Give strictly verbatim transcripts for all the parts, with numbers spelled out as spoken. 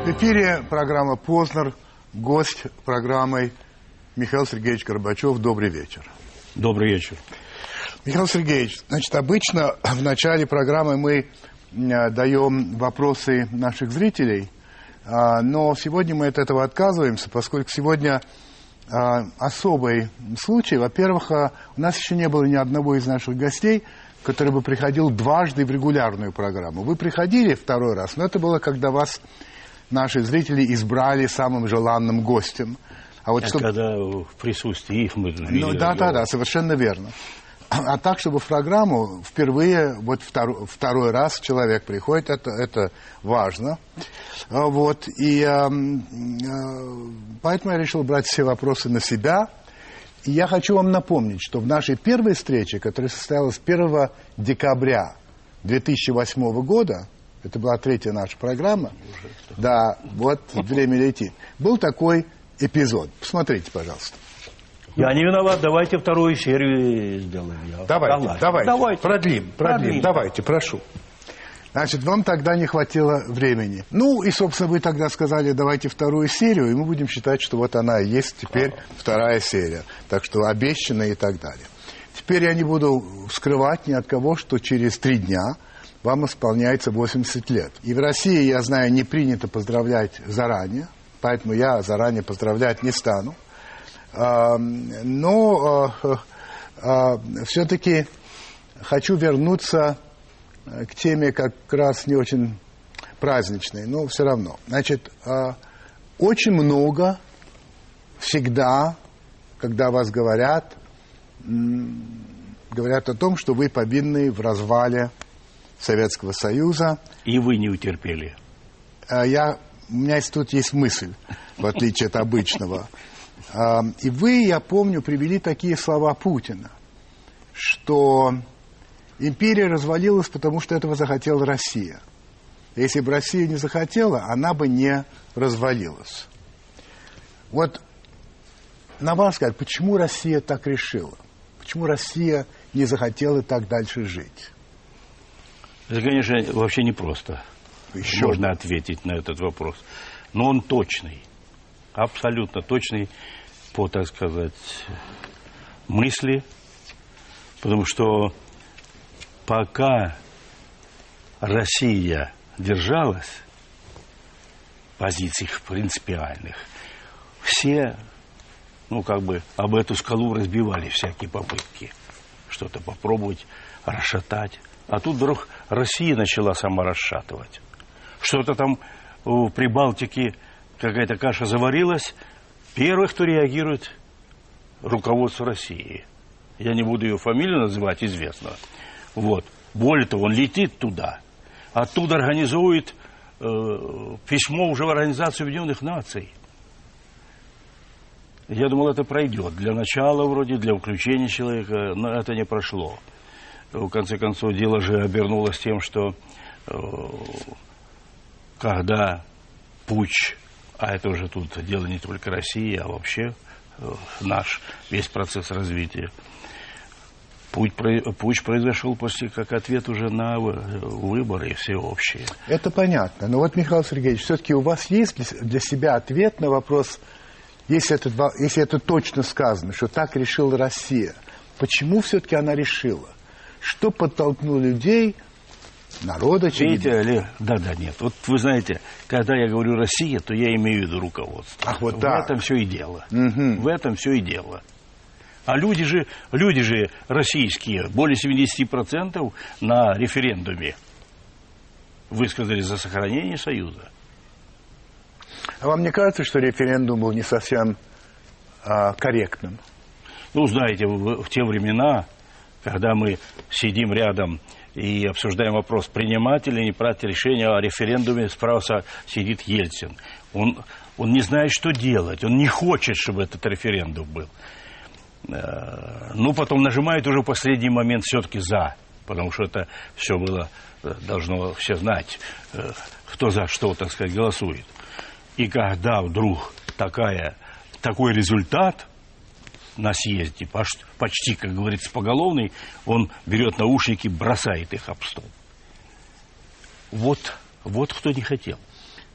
В эфире программа «Познер». Гость программы Михаил Сергеевич Горбачев. Добрый вечер. Добрый вечер. Михаил Сергеевич, значит, обычно в начале программы мы даем вопросы наших зрителей, но сегодня мы от этого отказываемся, поскольку сегодня особый случай. Во-первых, у нас еще не было ни одного из наших гостей, который бы приходил дважды в регулярную программу. Вы приходили второй раз, но это было, когда вас наши зрители избрали самым желанным гостем. А вот а чтобы... когда в присутствии их мы... Ну, да, да, да, совершенно верно. А так, чтобы в программу впервые, вот второй, второй раз человек приходит, это, это важно. Вот, и э, поэтому я решил брать все вопросы на себя. И я хочу вам напомнить, что в нашей первой встрече, которая состоялась первого декабря две тысячи восьмого года, это была третья наша программа, да, вот время летит, был такой эпизод. Посмотрите, пожалуйста. Я не виноват, давайте вторую серию сделаем. Я... Давайте, давайте, давайте, давайте. Продлим, продлим, продлим, давайте, прошу. Значит, вам тогда не хватило времени. Ну, и, собственно, вы тогда сказали, давайте вторую серию, и мы будем считать, что вот она и есть теперь вторая серия. Так что обещано и так далее. Теперь я не буду скрывать ни от кого, что через три дня вам исполняется восемьдесят лет. И в России, я знаю, не принято поздравлять заранее, поэтому я заранее поздравлять не стану. Но все-таки хочу вернуться к теме как раз не очень праздничной, но все равно. Значит, очень много всегда, когда вас говорят, говорят о том, что вы повинны в развале Советского Союза. И вы не утерпели. Я, у меня тут есть мысль, в отличие от обычного. И вы, я помню, привели такие слова Путина, что империя развалилась, потому что этого захотела Россия. Если бы Россия не захотела, она бы не развалилась. Вот, на ваш взгляд, почему Россия так решила? Почему Россия не захотела так дальше жить? Это, конечно, вообще непросто. Еще можно бы. ответить на этот вопрос. Но он точный. Абсолютно точный по, так сказать, мысли. Потому что пока Россия держалась в позициях принципиальных, все, ну, как бы, об эту скалу разбивали всякие попытки что-то попробовать расшатать. А тут вдруг Россия начала сама расшатывать. Что-то там в Прибалтике, какая-то каша заварилась. Первых, кто реагирует, руководство России. Я не буду ее фамилию называть, известно. Вот. Более того, он летит туда. Оттуда организует э, письмо уже в Организацию Объединенных Наций. Я думал, это пройдет. Для начала вроде, для включения человека, но это не прошло. В конце концов, дело же обернулось тем, что э, когда путч, а это уже тут дело не только России, а вообще э, наш весь процесс развития, путь, путч произошел после, как ответ уже на выборы всеобщие. Это понятно. Но вот, Михаил Сергеевич, все-таки у вас есть для себя ответ на вопрос, если это, если это точно сказано, что так решила Россия, почему все-таки она решила? Что подтолкнуло людей, народа... Видите, Олег, да-да, нет. Вот вы знаете, когда я говорю «Россия», то я имею в виду руководство. Ах, вот в так. этом все и дело. Угу. В этом все и дело. А люди же, люди же российские, более семьдесят процентов на референдуме высказали за сохранение Союза. А вам не кажется, что референдум был не совсем а, корректным? Ну, знаете, в, в те времена, когда мы сидим рядом и обсуждаем вопрос, принимать или не принимать решение о референдуме, справа сидит Ельцин. Он, он не знает, что делать, он не хочет, чтобы этот референдум был. Ну, потом нажимает уже в последний момент все-таки «за», потому что это все было, должно все знать, кто за что, так сказать, голосует. И когда вдруг такая, такой результат на съезде, почти, как говорится, поголовный, он берет наушники, бросает их об стол. Вот, вот кто не хотел.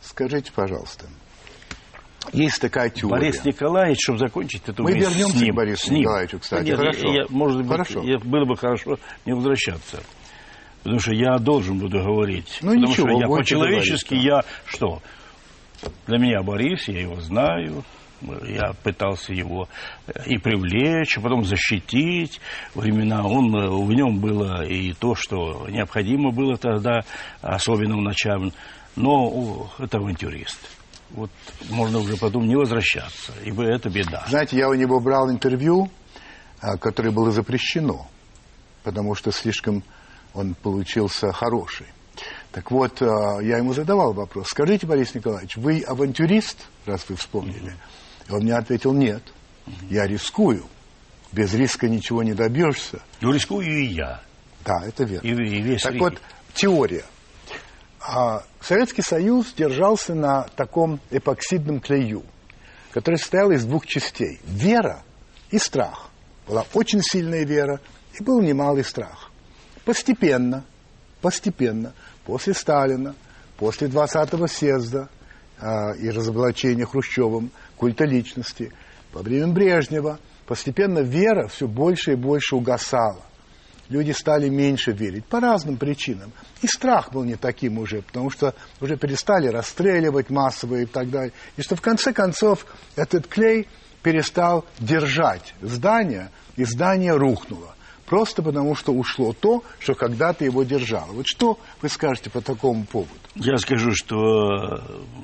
скажите, пожалуйста, есть такая теория. Борис Николаевич, чтобы закончить эту Мы мысль вернемся с ним, к Борису с ним. Николаевичу, кстати. Нет, хорошо. Я, может быть, хорошо. Я, было бы хорошо не возвращаться. Потому что я должен буду говорить. Ну, потому ничего, что я будете по-человечески, говорить, да. я что? Для меня Борис, я его знаю. Я пытался его и привлечь, а потом защитить. Времена он, в нем было и то, что необходимо было тогда, особенно в начале. Но о, это авантюрист. Вот можно уже потом не возвращаться, ибо это беда. Знаете, я у него брал интервью, которое было запрещено, потому что слишком он получился хороший. Так вот, я ему задавал вопрос. Скажите, Борис Николаевич, вы авантюрист, раз вы вспомнили? И он мне ответил, нет, я рискую. Без риска ничего не добьешься. Ну, рискую и я. Да, это верно. И, и весь так риск. вот, теория. Советский Союз держался на таком эпоксидном клею, который состоял из двух частей. Вера и страх. Была очень сильная вера и был немалый страх. Постепенно, постепенно, после Сталина, после двадцатого съезда э, и разоблачения Хрущевым культа личности, во время Брежнева, постепенно вера все больше и больше угасала. Люди стали меньше верить по разным причинам. И страх был не таким уже, потому что уже перестали расстреливать массово и так далее. И что в конце концов этот клей перестал держать здание, и здание рухнуло. Просто потому, что ушло то, что когда-то его держало. Вот что вы скажете по такому поводу? Я скажу, что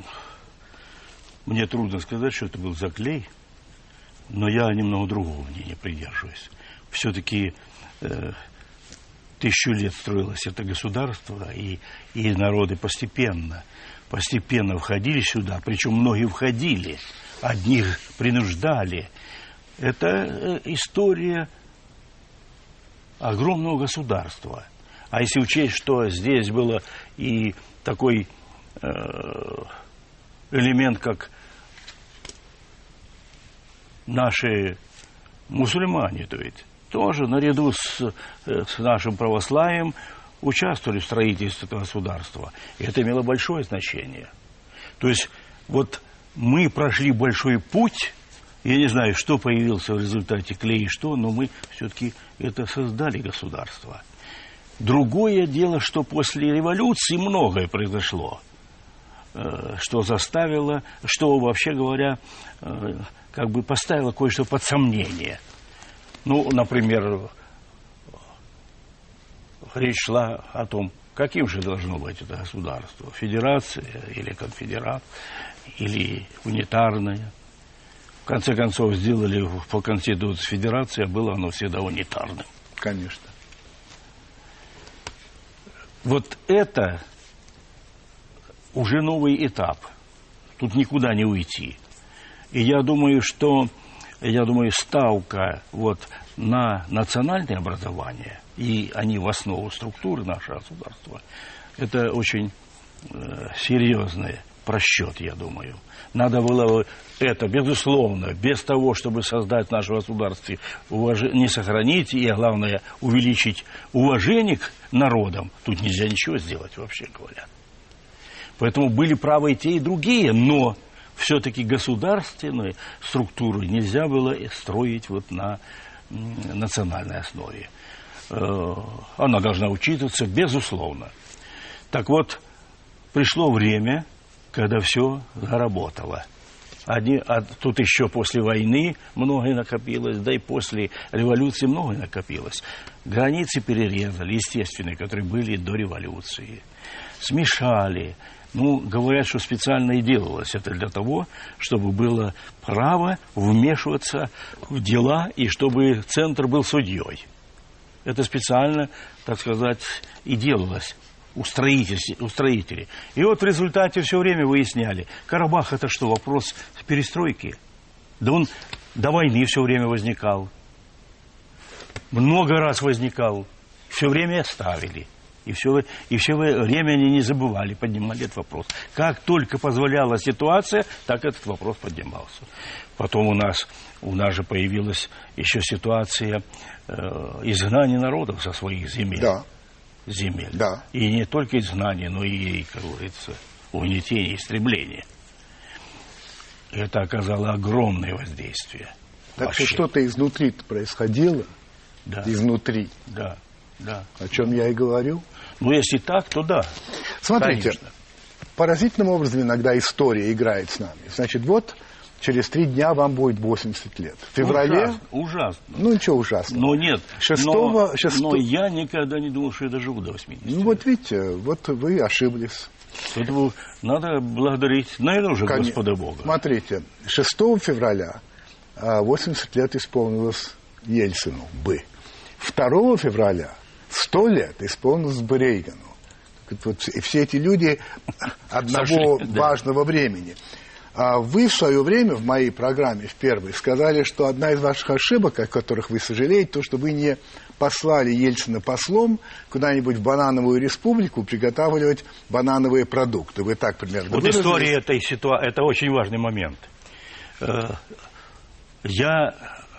мне трудно сказать, что это был за клей, но я немного другого мнения придерживаюсь. Все-таки э, тысячу лет строилось это государство, и, и народы постепенно, постепенно входили сюда, причем многие входили, одних принуждали. Это э, история огромного государства. А если учесть, что здесь было и такой э, элемент, как наши мусульмане, то ведь тоже наряду с, с нашим православием участвовали в строительстве этого государства. И это имело большое значение. То есть вот мы прошли большой путь. Я не знаю, что появилось в результате клея и что, но мы все-таки это создали государство. Другое дело, что после революции многое произошло, что заставило, что, вообще говоря, как бы поставило кое-что под сомнение. Ну, например, речь шла о том, каким же должно быть это государство, федерация или конфедерат, или унитарное. В конце концов, сделали по Конституции федерации, а было оно всегда унитарным. Конечно. Вот это уже новый этап. Тут никуда не уйти. И я думаю, что, я думаю, ставка вот на национальное образование, и они в основу структуры нашего государства, это очень э, серьезный просчет, я думаю. Надо было это, безусловно, без того, чтобы создать в нашем государстве, уваж... не сохранить и, главное, увеличить уважение к народам, тут нельзя ничего сделать, вообще говоря. Поэтому были правы и те, и другие, но все-таки государственные структуры нельзя было строить вот на национальной основе. Она должна учитываться, безусловно. Так вот, пришло время, когда все заработало. Одни, а тут еще после войны многое накопилось, да и после революции многое накопилось. Границы перерезали, естественные, которые были до революции. Смешали. Ну, говорят, что специально и делалось это для того, чтобы было право вмешиваться в дела и чтобы центр был судьей. Это специально, так сказать, и делалось у строителей, у строителей. И вот в результате все время выясняли, Карабах это что, вопрос перестройки? Да он до войны все время возникал. Много раз возникал. Все время ставили. И все, и все время они не забывали, поднимали этот вопрос. Как только позволяла ситуация, так этот вопрос поднимался. Потом у нас, у нас же появилась еще ситуация э, изгнания народов со своих земель. Да. земель. Да. И не только изгнание, но и, как говорится, угнетения, истребления. Это оказало огромное воздействие. Так что что-то изнутри происходило? Да. Изнутри? Да, да. О чем я и говорю? Ну, если так, то да. Смотрите, конечно. Поразительным образом иногда история играет с нами. Значит, вот через три дня вам будет восемьдесят лет. В феврале... Ужасно. ужасно. Ну, ничего ужасного. Но нет. Шестого, но, шестого... но я никогда не думал, что я доживу до восьмидесяти. Ну, вот видите, вот вы ошиблись. Поэтому надо благодарить, наверное, уже Конечно. Господа Бога. Смотрите, шестого февраля восемьдесят лет исполнилось Ельцину бы. второго февраля сто лет исполнилось бы Рейгану. Вот, и все эти люди одного Сошли, да. важного времени. А вы в свое время в моей программе, в первой, сказали, что одна из ваших ошибок, о которых вы сожалеете, то, что вы не послали Ельцина послом куда-нибудь в банановую республику приготавливать банановые продукты. Вы так примерно Вот выразились. история этой ситуации, это очень важный момент. Я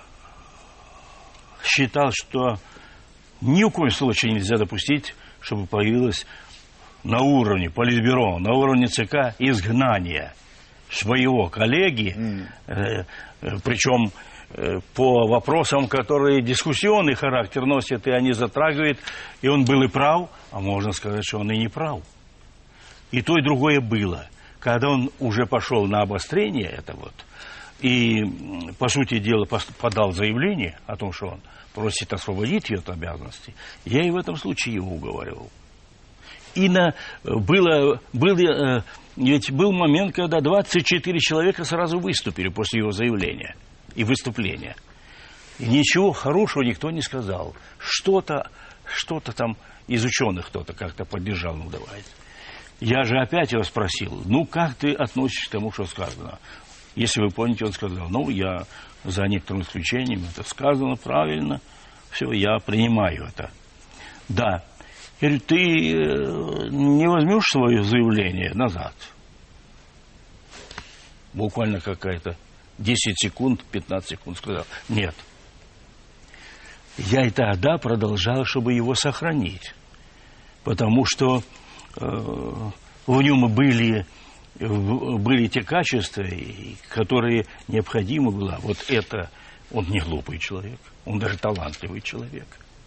считал, что ни в коем случае нельзя допустить, чтобы появилось на уровне Политбюро, на уровне ЦК изгнание своего коллеги, mm. э, э, причем э, по вопросам, которые дискуссионный характер носят, и они затрагивают, и он был и прав, а можно сказать, что он и не прав. И то, и другое было. Когда он уже пошел на обострение, это вот, и, по сути дела, подал заявление о том, что он просит освободить ее от обязанностей, я и в этом случае его уговаривал. И на, было, было, ведь был момент, когда двадцать четыре человека сразу выступили после его заявления и выступления. И ничего хорошего никто не сказал. Что-то, что-то там из ученых кто-то как-то поддержал, ну давайте. Я же опять его спросил, ну как ты относишься к тому, что сказано? Если вы помните, он сказал, ну я за некоторым исключением, это сказано правильно, все, я принимаю это. Да. Я говорю, ты не возьмешь свое заявление назад? Буквально какая-то десять секунд, пятнадцать секунд сказал. Нет. Я и тогда продолжал, чтобы его сохранить. Потому что э, в нем были, были те качества, которые необходимы было. Вот это, он не глупый человек, он даже талантливый человек.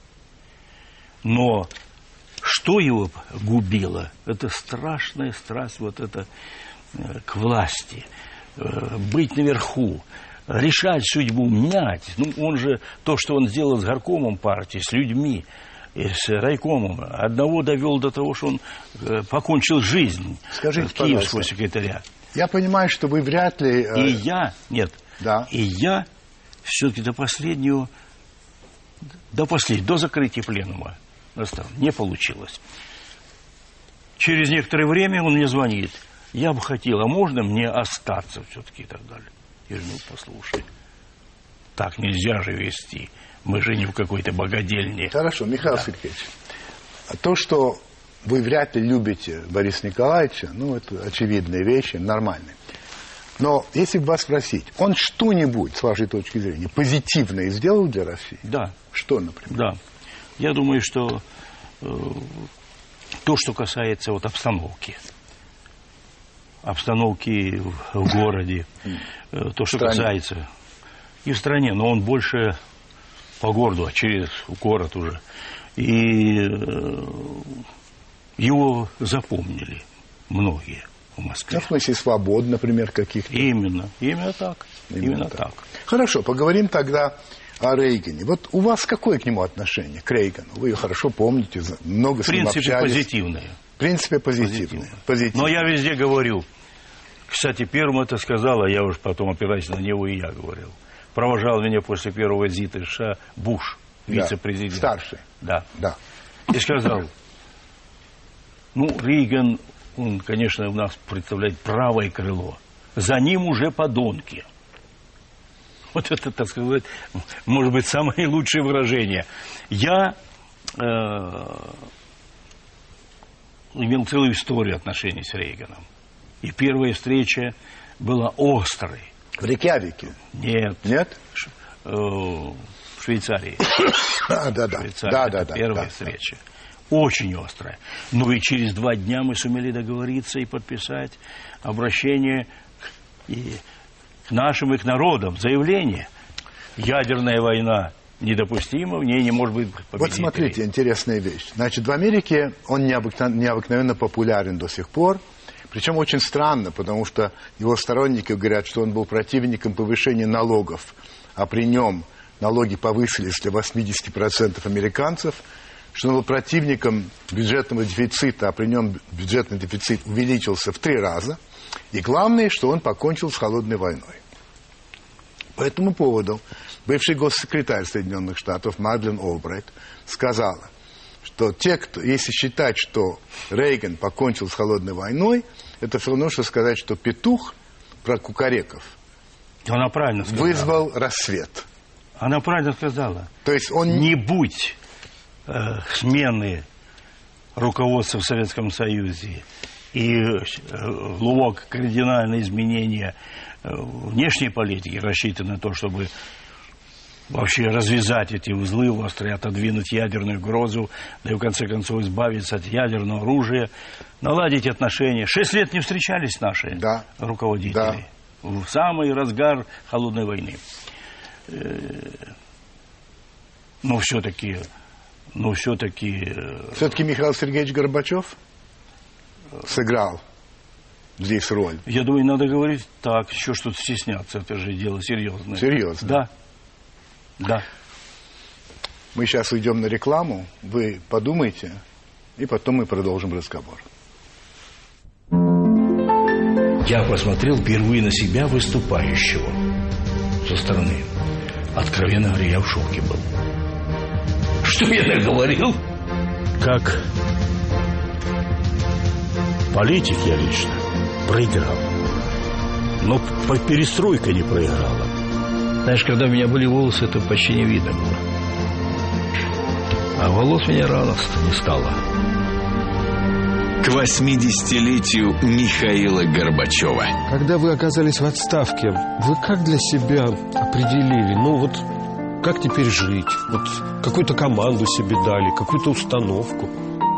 Но что его губило? Это страшная страсть вот это э, к власти, э, быть наверху, решать судьбу, менять. Ну, он же, то, что он сделал с горкомом партии, с людьми, и с райкомом, одного довел до того, что он э, покончил жизнь. Скажите, киевского секретаря. Я понимаю, что вы вряд ли... Э... И я, нет, да. и я все-таки до последнего, до последнего, до закрытия пленума, не получилось. Через некоторое время он мне звонит. Я бы хотел, а можно мне остаться все-таки и так далее. Я говорю, ну, послушай, так нельзя же вести. Мы же не в какой-то богадельне. Хорошо, Михаил да. Сергеевич, то, что вы вряд ли любите Бориса Николаевича, ну, это очевидные вещи, нормальные. Но если бы вас спросить, он что-нибудь, с вашей точки зрения, позитивное сделал для России? Да. Что, например? Да. Я думаю, что э, то, что касается вот обстановки, обстановки в, в городе, э, то, что касается и в стране, но он больше по городу, а через город уже, и э, его запомнили многие в Москве. В смысле свобод, например, каких-то? Именно, именно так, именно, именно так. так. Хорошо, поговорим тогда о Рейгане. Вот у вас какое к нему отношение, к Рейгану? Вы ее хорошо помните, много с ним общались. В принципе, позитивное. В принципе, позитивное. позитивное. Но я везде говорю. Кстати, первым это сказал, а я уж потом опираясь на него и я говорил. Провожал меня после первого визита США Буш, вице-президент. Да, старший. Да. да. И сказал, ну, Рейган, он, конечно, у нас представляет правое крыло. За ним уже подонки. Вот это, так сказать, может быть, самое лучшее выражение. Я э, имел целую историю отношений с Рейганом. И первая встреча была острой. В Рейкьявике? Нет. Нет? Ш, э, в Швейцарии. А, да, да. Швейцарии. Да, да, это да. первая да, встреча. очень острая. Ну и через два дня мы сумели договориться и подписать обращение и к нашим и к народам, заявление. Ядерная война недопустима, в ней не может быть победителей. Вот смотрите, интересная вещь. Значит, в Америке он необыкновенно, необыкновенно популярен до сих пор. Причем очень странно, потому что его сторонники говорят, что он был противником повышения налогов, а при нем налоги повысились для восемьдесят процентов американцев, что он был противником бюджетного дефицита, а при нем бюджетный дефицит увеличился в три раза. И главное, что он покончил с холодной войной. По этому поводу бывший госсекретарь Соединенных Штатов Мадлен Олбрайт сказала, что те, кто, если считать, что Рейган покончил с холодной войной, это все равно, что сказать, что петух про кукареков Она правильно сказала. вызвал рассвет. Она правильно сказала. То есть он... Не будь э, смены руководства в Советском Союзе и э, глубокое кардинальное изменение э, внешней политики, рассчитанное на то, чтобы вообще развязать эти узлы острые, отодвинуть ядерную угрозу, да и в конце концов избавиться от ядерного оружия, наладить отношения. Шесть лет не встречались наши да. руководители. Да. В самый разгар холодной войны. Но все-таки... Но все-таки... Все-таки Михаил Сергеевич Горбачев сыграл здесь роль. Я думаю, надо говорить так, еще что-то стесняться. Это же дело серьезное. Серьезно? Да. Да. Мы сейчас уйдем на рекламу, вы подумайте, и потом мы продолжим разговор. Я посмотрел впервые на себя выступающего со стороны. Откровенно говоря, я в шоке был. Что я наговорил? Как политик я лично проиграл. Но перестройка не проиграла. Знаешь, когда у меня были волосы, это почти не видно было. А волос у меня рано не стало. К восьмидесятилетию Михаила Горбачева. Когда вы оказались в отставке, вы как для себя определили, ну вот, как теперь жить? Вот какую-то команду себе дали, какую-то установку?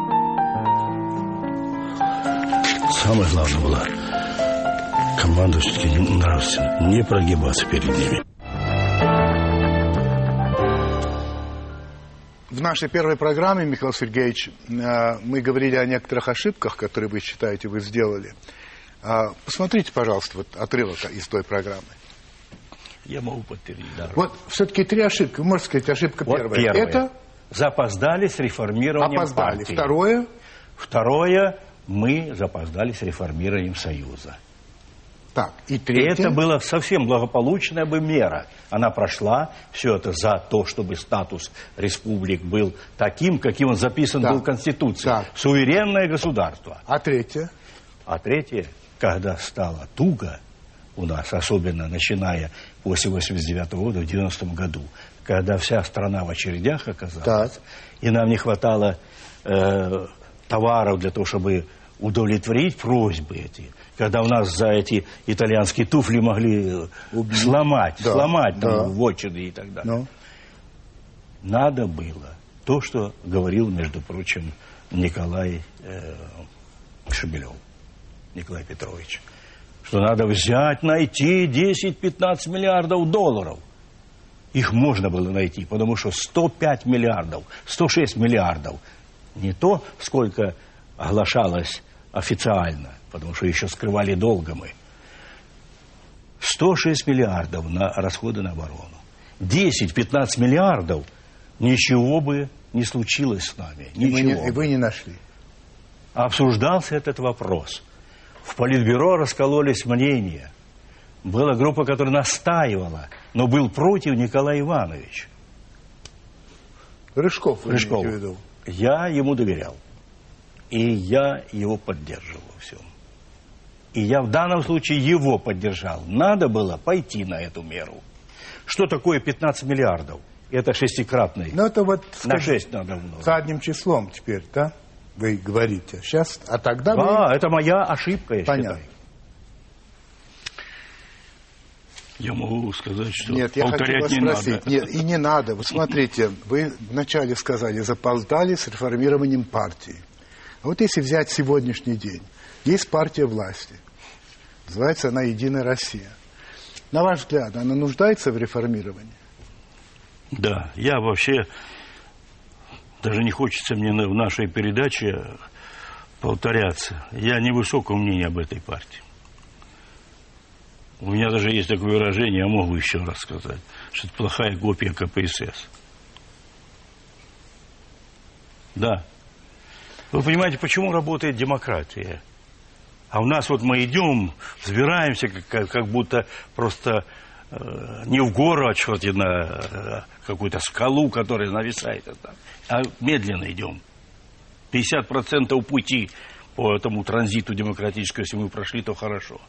Самое главное было команду все-таки нравственно, не прогибаться перед ними. В нашей первой программе, Михаил Сергеевич, мы говорили о некоторых ошибках, которые вы считаете, вы сделали. Посмотрите, пожалуйста, вот отрывок из той программы. Я могу подтвердить, да. Вот все-таки три ошибки. Вы можете сказать, ошибка вот первая. первая. Это? Запоздали с реформированием Опоздали. партии. Второе? Второе, мы запоздали с реформированием Союза. Так, и И третье? это была совсем благополучная бы мера. Она прошла, все это за то, чтобы статус республик был таким, каким он записан Так. был в Конституции. Так. Суверенное государство. А третье? А третье, когда стало туго у нас, особенно начиная после восемьдесят девятого года, в девяностом году, когда вся страна в очередях оказалась, Так. и нам не хватало э, товаров для того, чтобы удовлетворить просьбы эти, когда у нас за эти итальянские туфли могли Убить. сломать, да. сломать там, да. вотчины и так далее. Ну? Надо было то, что говорил, между прочим, Николай э, Шебелев, Николай Петрович, что надо взять, найти десять-пятнадцать миллиардов долларов. Их можно было найти, потому что сто пять миллиардов, сто шесть миллиардов, не то, сколько оглашалось официально, потому что еще скрывали долго мы. сто шесть миллиардов на расходы на оборону. десять-пятнадцать миллиардов, ничего бы не случилось с нами. И вы, Ничего. не, и вы не нашли? Обсуждался этот вопрос. В Политбюро раскололись мнения. Была группа, которая настаивала, но был против Николай Иванович. Рыжков, вы Рыжков. имеете в виду? Я ему доверял. И я его поддерживал во всем. И я в данном случае его поддержал. Надо было пойти на эту меру. Что такое пятнадцать миллиардов? Это шестикратный. Ну, это вот На шесть надо умножить. задним числом теперь, да? Вы говорите. Сейчас, а тогда Да, вы... это моя ошибка, я Понятно. считаю. Я могу сказать, что Нет, я повторять хочу не вас спросить. надо. Нет, и не надо. Вот смотрите, вы вначале сказали, запоздали с реформированием партии. А вот если взять сегодняшний день, есть партия власти. Называется она «Единая Россия». На ваш взгляд, она нуждается в реформировании? Да, я вообще, даже не хочется мне в нашей передаче повторяться. Я невысокого мнения об этой партии. У меня даже есть такое выражение, я могу еще раз сказать, что это плохая копия ка пэ эс эс. Да. Вы понимаете, почему работает демократия? А у нас вот мы идем, взбираемся, как, как будто просто э, не в гору, а черт на э, какую-то скалу, которая нависает, а медленно идем. пятьдесят процентов пути по этому транзиту демократическому, если мы прошли, то хорошо.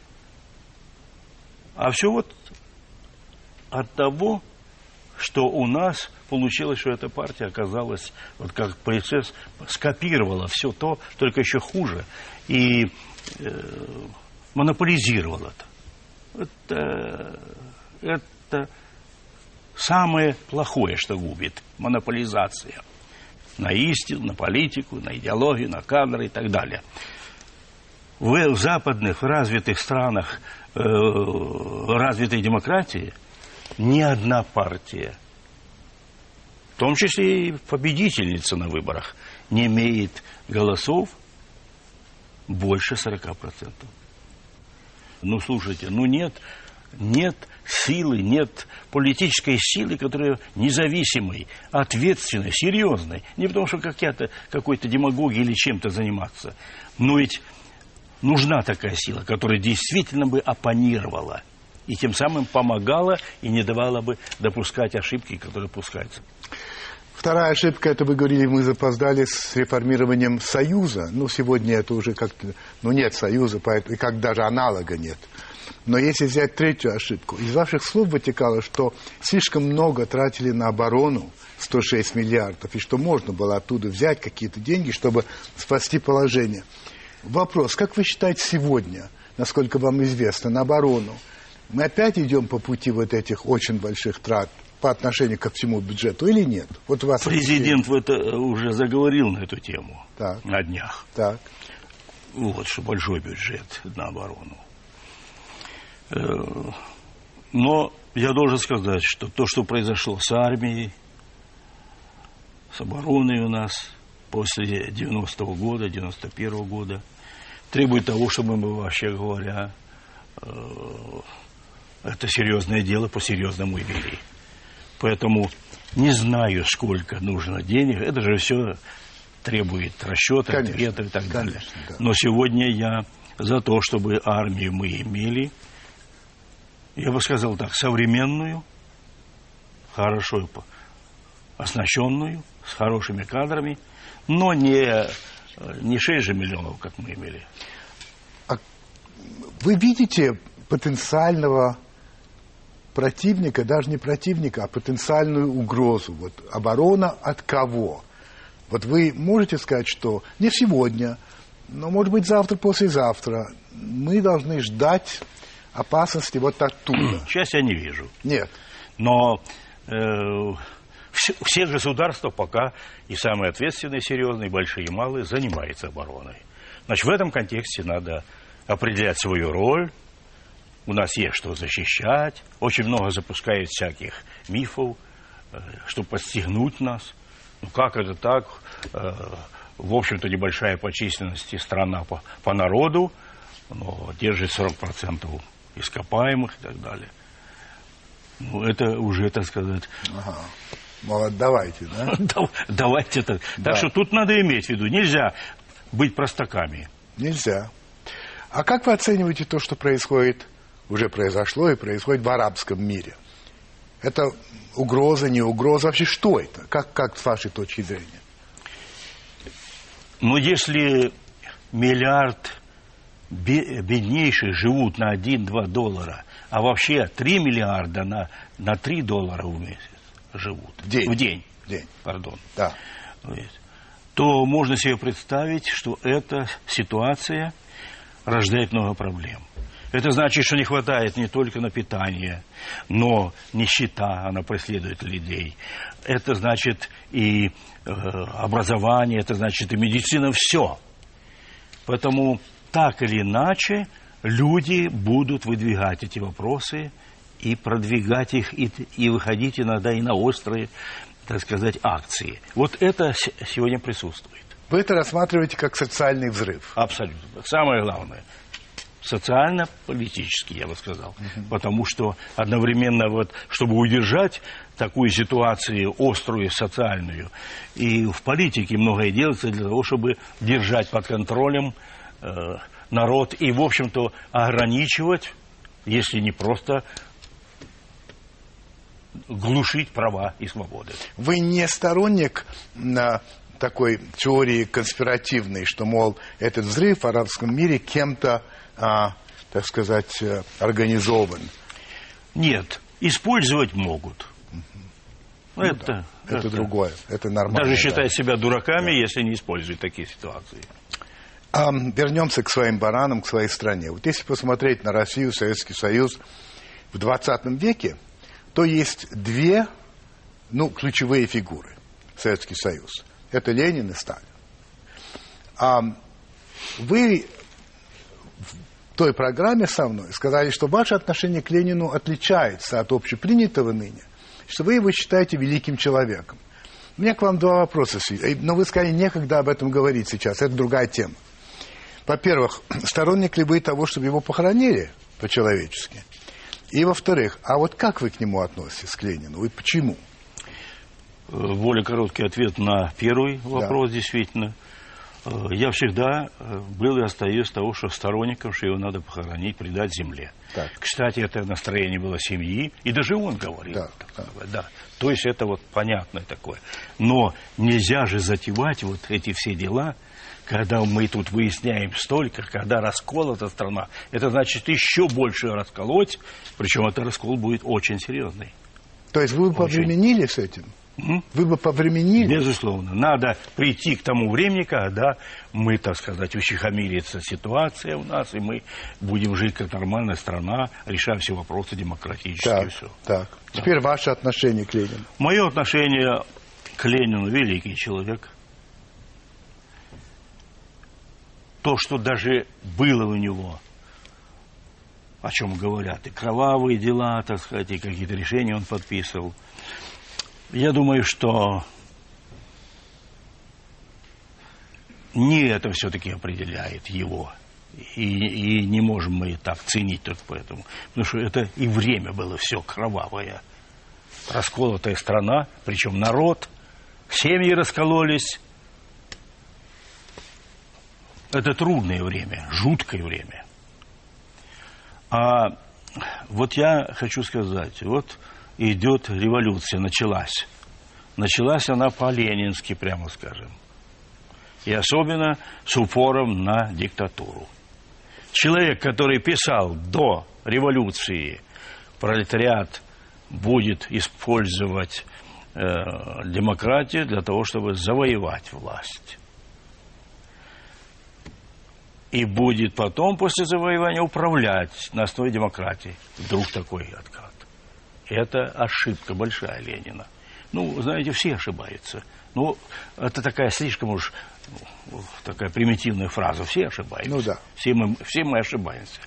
А все вот от того, что у нас получилось, что эта партия оказалась, вот как пэ эс эс, скопировала все то, только еще хуже, и э, монополизировала это. Это, это самое плохое, что губит, монополизация. На истину, на политику, на идеологию, на кадры и так далее. В, в западных развитых странах э, развитой демократии ни одна партия, в том числе и победительница на выборах, не имеет голосов больше сорока процентов. Ну, слушайте, ну нет, нет силы, нет политической силы, которая независимой, ответственной, серьезной. Не потому, что какая-то, какой-то демагогией или чем-то заниматься. Но ведь нужна такая сила, которая действительно бы оппонировала и тем самым помогала и не давала бы допускать ошибки, которые допускаются. Вторая ошибка, это вы говорили, мы запоздали с реформированием Союза. Ну, сегодня это уже как-то, ну, нет Союза, поэтому, и как даже аналога нет. Но если взять третью ошибку, из ваших слов вытекало, что слишком много тратили на оборону, сто шесть миллиардов, и что можно было оттуда взять какие-то деньги, чтобы спасти положение. Вопрос, как вы считаете сегодня, насколько вам известно, на оборону, мы опять идем по пути вот этих очень больших трат по отношению ко всему бюджету или нет? Вот у вас президент в это уже заговорил на эту тему так. на днях. Так. Вот, что большой бюджет на оборону. Но я должен сказать, что то, что произошло с армией, с обороной у нас после девяностого года, девяносто первого года, требует того, чтобы мы, вообще говоря, это серьезное дело, по-серьезному и вели. Поэтому не знаю, сколько нужно денег. Это же все требует расчета, конечно, ответа и так далее. Конечно, да. Но сегодня я за то, чтобы армию мы имели, я бы сказал так, современную, хорошо оснащенную, с хорошими кадрами, но не, не шесть же миллионов, как мы имели. А вы видите потенциального противника, даже не противника, а потенциальную угрозу? Вот оборона от кого? Вот вы можете сказать, что не сегодня, но, может быть, завтра, послезавтра мы должны ждать опасности вот оттуда? Сейчас я не вижу. Нет. Но э, все, все государства пока, и самые ответственные, серьезные, большие и малые, занимаются обороной. Значит, в этом контексте надо определять свою роль. У нас есть что защищать. Очень много запускают всяких мифов, э, чтобы подстегнуть нас. Ну, как это так? Э, в общем-то, небольшая по численности страна по, по народу, но держит сорок процентов ископаемых и так далее. Ну, это уже, так сказать... Ага. Мол, давайте, да? Давайте так. Так что тут надо иметь в виду. Нельзя быть простаками. Нельзя. А как вы оцениваете то, что происходит, уже произошло и происходит в арабском мире? Это угроза, не угроза? Вообще, что это? Как, как с вашей точки зрения? Ну, если миллиард беднейших живут на один-два доллара, а вообще три миллиарда на, на три доллара в месяц живут. В день. В день. В день. Пардон. Да. То можно себе представить, что эта ситуация рождает много проблем. Это значит, что не хватает не только на питание, но нищета, она преследует людей. Это значит и э, образование, это значит и медицина, все. Поэтому так или иначе люди будут выдвигать эти вопросы и продвигать их, и, и выходить иногда и на острые, так сказать, акции. Вот это сегодня присутствует. Вы это рассматриваете как социальный взрыв? Абсолютно. Самое главное. Социально-политический, я бы сказал. Uh-huh. Потому что одновременно, вот, чтобы удержать такую ситуацию острую, социальную, и в политике многое делается для того, чтобы держать под контролем э, народ и, в общем-то, ограничивать, если не просто глушить права и свободы. Вы не сторонник на такой теории конспиративной, что, мол, этот взрыв в арабском мире кем-то, а, так сказать, организован? Нет, использовать могут. Ну, это, да. это, это другое, это нормально. Даже считая да. себя дураками, да. если не используют такие ситуации. А, вернемся к своим баранам, к своей стране. Вот если посмотреть на Россию, Советский Союз в двадцатом веке, то есть две, ну, ключевые фигуры Советский Союз. Это Ленин и Сталин. А вы в той программе со мной сказали, что ваше отношение к Ленину отличается от общепринятого ныне, что вы его считаете великим человеком. У меня к вам два вопроса, но вы сказали, некогда об этом говорить сейчас, это другая тема. Во-первых, сторонник ли вы того, чтобы его похоронили по-человечески? И, во-вторых, а вот как вы к нему относитесь, к Ленину, и почему? Более короткий ответ на первый вопрос, да. Действительно. Я всегда был и остаюсь того, что сторонником, что его надо похоронить, предать земле. Так. Кстати, это настроение было семьи, и даже он говорил. Да, да. Да. То есть это вот понятное такое. Но нельзя же затевать вот эти все дела, когда мы тут выясняем столько, когда расколота страна, это значит еще больше расколоть, причем этот раскол будет очень серьезный. То есть вы бы повременили с этим? Угу. Вы бы повременили? Безусловно. Надо прийти к тому времени, когда мы, так сказать, утихомирится ситуация у нас, и мы будем жить как нормальная страна, решая все вопросы демократические. Так, все. так. Да. Теперь ваше отношение к Ленину. Мое отношение к Ленину — великий человек. То, что даже было у него, о чем говорят, и кровавые дела, так сказать, и какие-то решения он подписывал. Я думаю, что не это все-таки определяет его. И, и не можем мы так ценить только поэтому. Потому что это и время было все кровавое. Расколотая страна, причем народ, семьи раскололись. Это трудное время, жуткое время. А вот я хочу сказать, вот идет революция, началась. Началась она по-ленински, прямо скажем. И особенно с упором на диктатуру. Человек, который писал до революции, пролетариат будет использовать э, демократию для того, чтобы завоевать власть. И будет потом, после завоевания, управлять на основе демократии. Вдруг такой откат. Это ошибка большая Ленина. Ну, знаете, все ошибаются. Ну, это такая слишком уж такая примитивная фраза. Все ошибаются. Ну да. Все мы, все мы ошибаемся.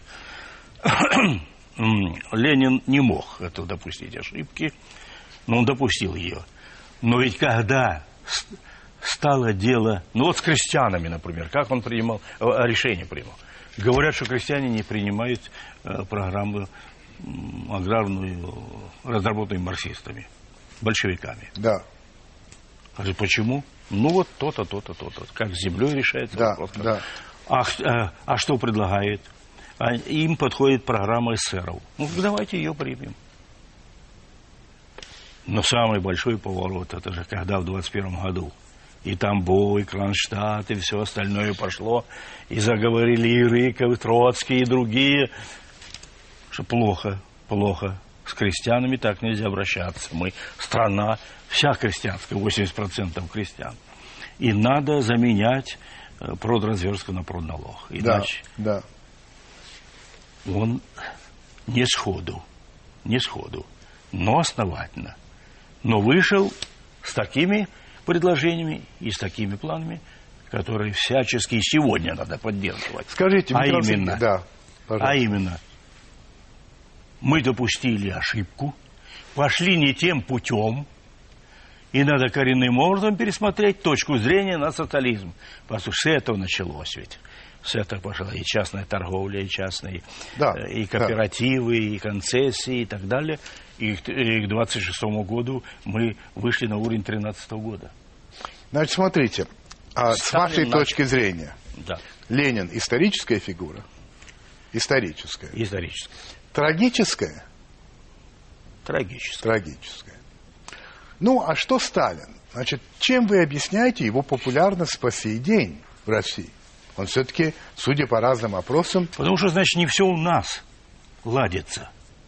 Ленин не мог это допустить ошибки, но он допустил ее. Но ведь когда стало дело, ну вот с крестьянами, например, как он принимал, решение принимал. Говорят, что крестьяне не принимают э, программу аграрную, разработанную марксистами, большевиками. Да. А почему? Ну вот то-то, то-то, то-то. Как с землей решается да, вопрос. Да. А, а, а что предлагает? А им подходит программа эсеров. Ну, давайте ее примем. Но самый большой поворот, это же когда в двадцать первом году и Тамбов, и Кронштадт, и все остальное пошло, и заговорили и Рыков, и Троцкий, и другие, что плохо, плохо. С крестьянами так нельзя обращаться. Мы страна вся крестьянская, восемьдесят процентов крестьян. И надо заменять продразверстку на продналог. Иначе... Да, да. он не сходу, не сходу, но основательно. Но вышел с такими предложениями и с такими планами, которые всячески сегодня надо поддерживать. Скажите, а Михаил именно, да, а именно, мы допустили ошибку, пошли не тем путем, и надо коренным образом пересмотреть точку зрения на социализм. Потому что с этого началось ведь. С этого пошла и частная торговля, и частные, да, и кооперативы, да. и концессии, и так далее. И к двадцать шестому году мы вышли на уровень тринадцатого года. Значит, смотрите, а с вашей наш... точки зрения, да. Ленин историческая фигура? Историческая. Историческая. Трагическая? Трагическая. Трагическая. Ну, а что Сталин? Значит, чем вы объясняете его популярность по сей день в России? Он все-таки, судя по разным опросам... Потому что, значит, не все у нас ладится.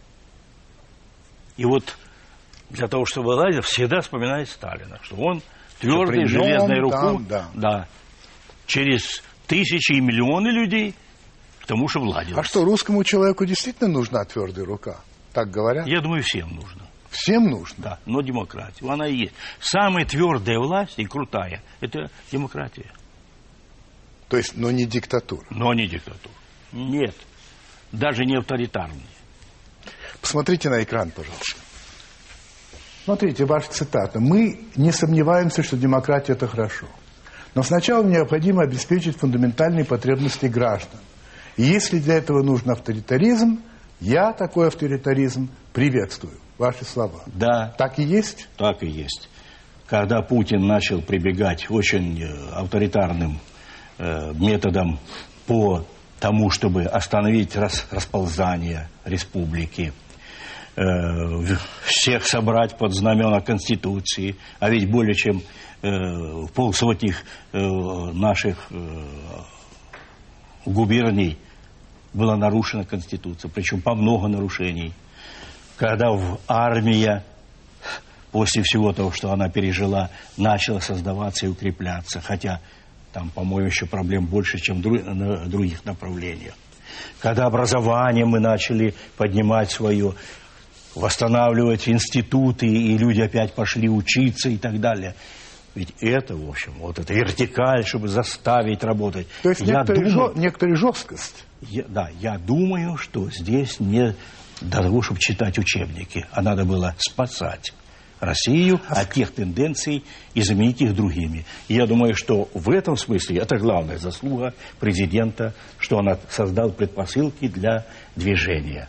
И вот для того, чтобы ладить, всегда вспоминает Сталина, что он твердой, железной рукой, да. Да, через тысячи и миллионы людей к тому, чтобы ладилось. А что, русскому человеку действительно нужна твердая рука? Так говорят? Я думаю, всем нужно. Всем нужно? Да, но демократия, она и есть. Самая твердая власть и крутая – это демократия. То есть, но не диктатура? Но не диктатура. Нет, даже не авторитарная. Посмотрите на экран, пожалуйста. Смотрите, ваша цитата. «Мы не сомневаемся, что демократия – это хорошо. Но сначала необходимо обеспечить фундаментальные потребности граждан. И если для этого нужен авторитаризм, я такой авторитаризм приветствую». Ваши слова. Да. Так и есть? Так и есть. Когда Путин начал прибегать очень авторитарным э, методам по тому, чтобы остановить рас, расползание республики, э, всех собрать под знамена Конституции, а ведь более чем э, полсотни э, наших э, губерний была нарушена Конституция, причем по много нарушений. Когда в армия, после всего того, что она пережила, начала создаваться и укрепляться, хотя там, по-моему, еще проблем больше, чем на других направлениях. Когда образование мы начали поднимать свое, восстанавливать институты, и люди опять пошли учиться и так далее. Ведь это, в общем, вот эта вертикаль, чтобы заставить работать. То есть некоторая, думаю, жё, некоторая жесткость. Я, да, я думаю, что здесь не для того, чтобы читать учебники, а надо было спасать Россию от тех тенденций и заменить их другими. И я думаю, что в этом смысле это главная заслуга президента, что он создал предпосылки для движения.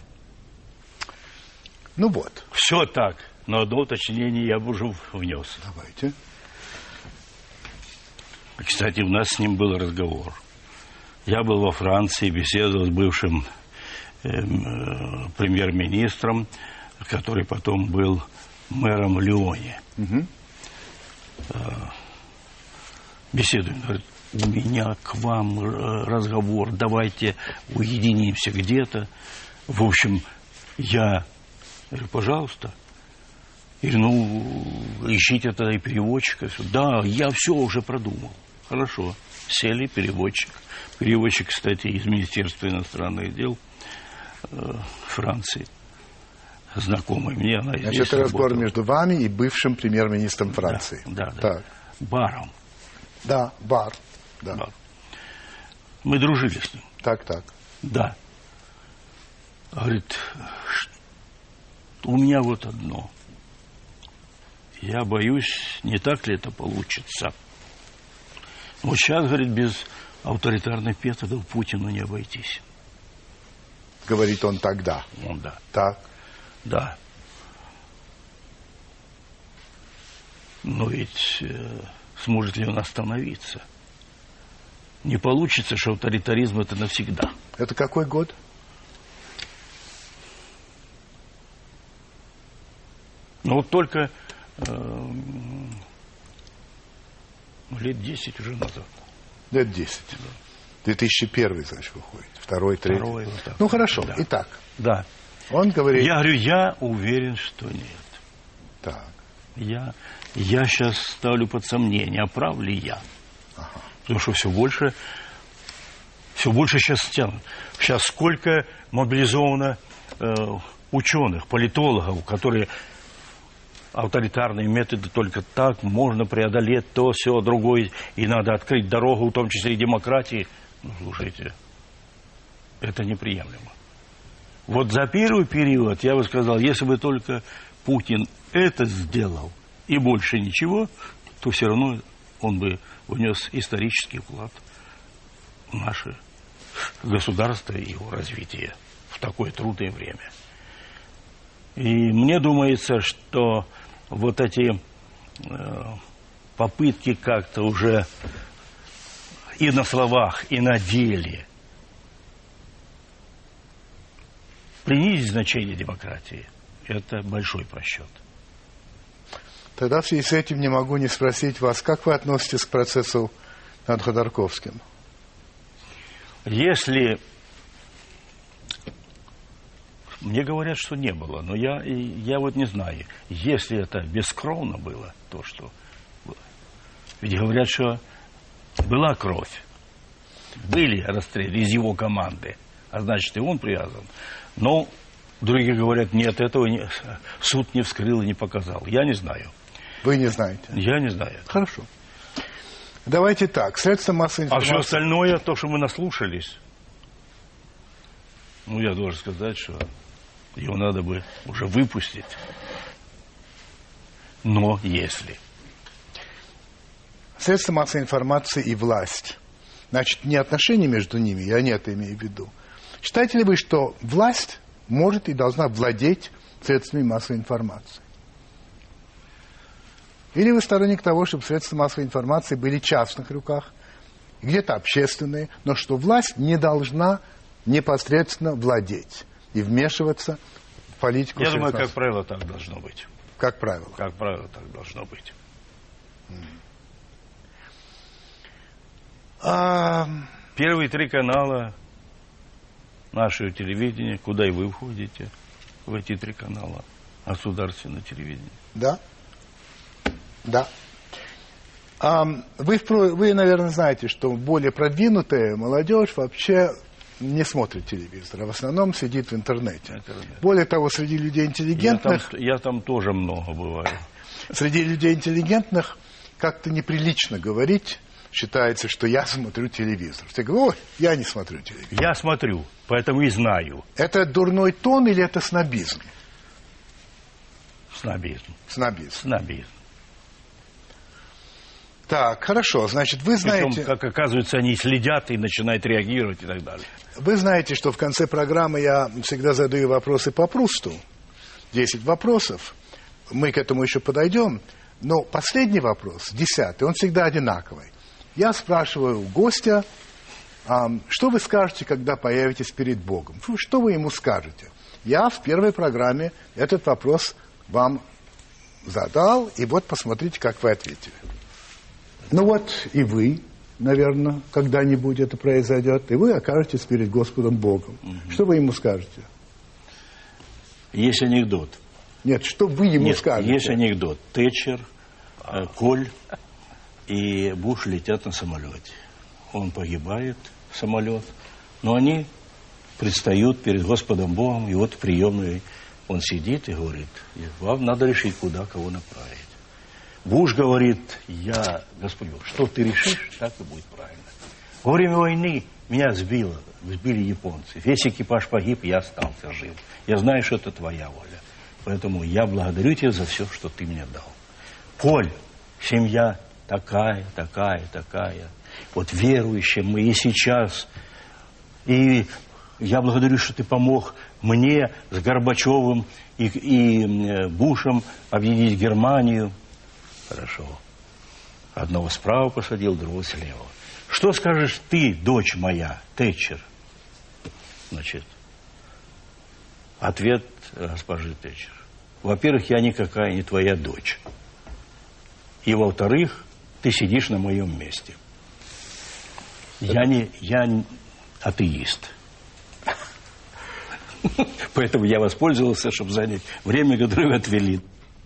Ну вот. Все так, но одно уточнение я бы уже внес. Давайте. Кстати, у нас с ним был разговор. Я был во Франции, беседовал с бывшим э, э, премьер-министром, который потом был мэром в Лионе. Угу. Э, беседуем. Говорит, у меня к вам разговор, давайте уединимся где-то. В общем, я говорю, пожалуйста. И, ну, ищите тогда и переводчика. Да, я все уже продумал. Хорошо. Сели, переводчик. Переводчик, кстати, из Министерства иностранных дел э, Франции. Знакомый мне. Она Значит, это разговор между вами и бывшим премьер-министром Франции. Да, да. Так. да. Баром. Да, бар. Да. Бар. Мы дружили с ним. Так, так. Да. Говорит, у меня вот одно. Я боюсь, не так ли это получится. Вот сейчас, говорит, без авторитарных методов Путину не обойтись. Говорит он тогда. Ну да. Так. Да. Но ведь э, сможет ли он остановиться? Не получится, что авторитаризм это навсегда. Это какой год? Ну вот только э, лет десять уже назад. Лет десять. Да. две тысячи первый, значит, выходит. Второй, третий. Второй, вот так. Ну хорошо. Да. Итак. Да. Он говорит... Я говорю, я уверен, что нет. Так. Я, я сейчас ставлю под сомнение, а прав ли я. Ага. Потому что все больше, все больше сейчас тянут. Сейчас сколько мобилизовано э, ученых, политологов, которые авторитарные методы только так можно преодолеть то, все, другое, и надо открыть дорогу, в том числе и демократии. Ну, слушайте, это неприемлемо. Вот за первый период, я бы сказал, если бы только Путин это сделал и больше ничего, то все равно он бы внес исторический вклад в наше государство и его развитие в такое трудное время. И мне думается, что вот эти э, попытки как-то уже и на словах, и на деле принизить значение демократии, это большой просчет. Тогда в связи с этим не могу не спросить вас, как вы относитесь к процессу над Ходорковским? Если... Мне говорят, что не было, но я, я вот не знаю. Если это бескровно было, то что... Ведь говорят, что была кровь. Были расстрелы из его команды, а значит, и он привязан. Но другие говорят, нет, этого не, суд не вскрыл и не показал. Я не знаю. Вы не знаете? Я не знаю. Хорошо. Давайте так. Средства массовой информации... А все остальное, то, что мы наслушались, ну, я должен сказать, что его надо бы уже выпустить. Но если... Средства массовой информации и власть. Значит, не отношения между ними, я не это имею в виду. Считаете ли вы, что власть может и должна владеть средствами массовой информации? Или вы сторонник того, чтобы средства массовой информации были в частных руках, где-то общественные, но что власть не должна непосредственно владеть и вмешиваться в политику? Я думаю, как правило, так должно быть. Как правило? Как правило, так должно быть. А... Первые три канала нашего телевидения, куда и вы входите, в эти три канала, государственное телевидение. Да. Да. А, вы, вы, наверное, знаете, что более продвинутая молодежь вообще не смотрит телевизор, а в основном сидит в интернете. Интернет. Более того, среди людей интеллигентных... Я там, я там тоже много бываю. Среди людей интеллигентных как-то неприлично говорить, считается, что я смотрю телевизор. Ты говоришь, ой, я не смотрю телевизор. Я смотрю, поэтому и знаю. Это дурной тон или это снобизм? Снобизм. Снобизм. Снобизм. Так, хорошо, значит, вы знаете... Причем, как оказывается, они следят и начинают реагировать и так далее. Вы знаете, что в конце программы я всегда задаю вопросы по Прусту. Десять вопросов. Мы к этому еще подойдем. Но последний вопрос, десятый, он всегда одинаковый. Я спрашиваю у гостя, а, что вы скажете, когда появитесь перед Богом? Что вы ему скажете? Я в первой программе этот вопрос вам задал, и вот посмотрите, как вы ответили. Ну вот и вы, наверное, когда-нибудь это произойдет, и вы окажетесь перед Господом Богом. Угу. Что вы ему скажете? Есть анекдот. Нет, что вы ему Нет, скажете? Есть анекдот. Тэтчер, э, Коль и Буш летят на самолете. Он погибает, самолет, но они предстают перед Господом Богом, и вот в приемной он сидит и говорит, вам надо решить, куда кого направить. Буш говорит, я, Господь Бог, что ты решишь, так и будет правильно. Во время войны меня сбило, сбили японцы. Весь экипаж погиб, я остался жив. Я знаю, что это твоя воля. Поэтому я благодарю тебя за все, что ты мне дал. Коль, семья такая, такая, такая. Вот верующие мы и сейчас. И я благодарю, что ты помог мне с Горбачевым и, и Бушем объединить Германию. Хорошо. Одного справа посадил, другого слева. Что скажешь ты, дочь моя, Тэтчер? Значит, ответ госпожи Тэтчер. Во-первых, я никакая не твоя дочь. И во-вторых, ты сидишь на моем месте. Я не, я не атеист. Поэтому я воспользовался, чтобы занять время, которое вы отвели.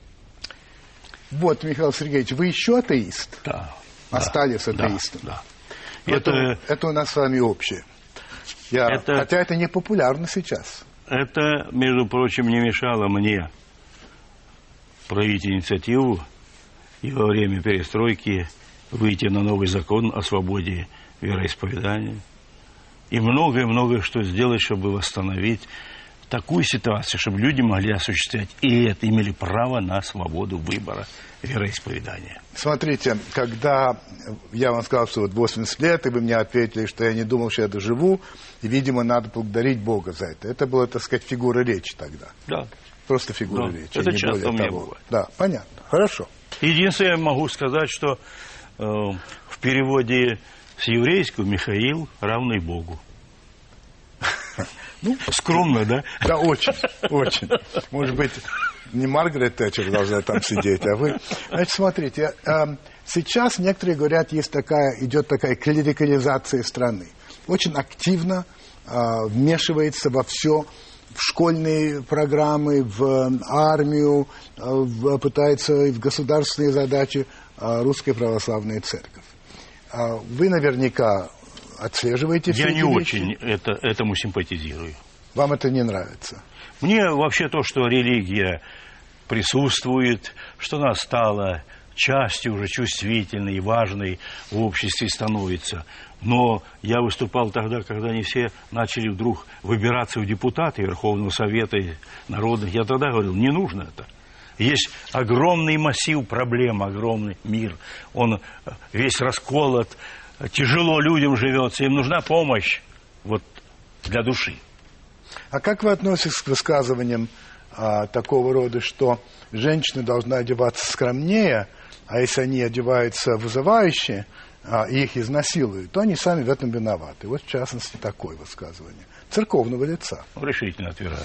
Вот, Михаил Сергеевич, вы еще атеист? Да. Остались да, атеистом? Да. Это, это... это у нас с вами общее. Я... Это... Хотя это не популярно сейчас. Это, между прочим, не мешало мне проявить инициативу и во время перестройки выйти на новый закон о свободе вероисповедания. И многое-многое что сделать, чтобы восстановить такую ситуацию, чтобы люди могли осуществлять и это, имели право на свободу выбора вероисповедания. Смотрите, когда я вам сказал, что вот восемьдесят лет, и вы мне ответили, что я не думал, что я доживу, и, видимо, надо благодарить Бога за это. Это была, так сказать, фигура речи тогда. Да. Просто фигура да. речи. Это не часто у меня того. бывает. Да, понятно. Хорошо. Единственное, я могу сказать, что э, в переводе с еврейского Михаил равный Богу. Ну, скромно, да? Да, очень, очень. Может быть, не Маргарет Тэтчер должна там сидеть, а вы... Значит, смотрите, сейчас некоторые говорят, есть такая, идет такая клерикализация страны. Очень активно вмешивается во все, в школьные программы, в армию, в, пытается в государственные задачи Русская Православная Церковь. Вы наверняка отслеживаете все Я эти не вещи? очень это, этому симпатизирую. Вам это не нравится? Мне вообще то, что религия присутствует, что она стала частью уже чувствительной и важной в обществе становится. Но я выступал тогда, когда они все начали вдруг выбираться в депутаты Верховного Совета народных. Я тогда говорил, не нужно это. Есть огромный массив проблем, огромный мир. Он весь расколот, тяжело людям живется, им нужна помощь вот, для души. А как вы относитесь к высказываниям а, такого рода, что женщина должна одеваться скромнее, а если они одеваются вызывающе, а, и их изнасилуют, то они сами в этом виноваты? Вот в частности такое высказывание. Церковного лица. Решительно отвергаю.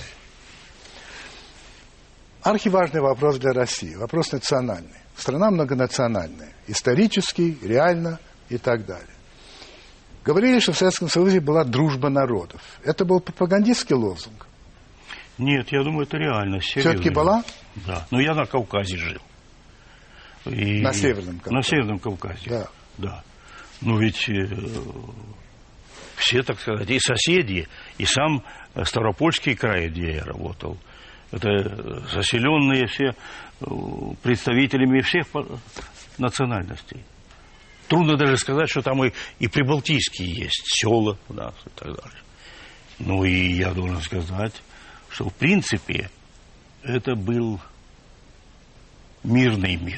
Архиважный вопрос для России. Вопрос национальный. Страна многонациональная. Исторический, реально и так далее. Говорили, что в Советском Союзе была дружба народов. Это был пропагандистский лозунг? Нет, я думаю, это реально. Все-таки была? Да. Но я на Кавказе жил. И... На Северном Кавказе? На Северном Кавказе. Да. Да. Ну ведь э, все, так сказать, и соседи, и сам Ставропольский край, где я работал, это заселенные все представителями всех национальностей. Трудно даже сказать, что там и, и прибалтийские есть, села у нас и так далее. Ну и я должен сказать, что в принципе это был мирный мир.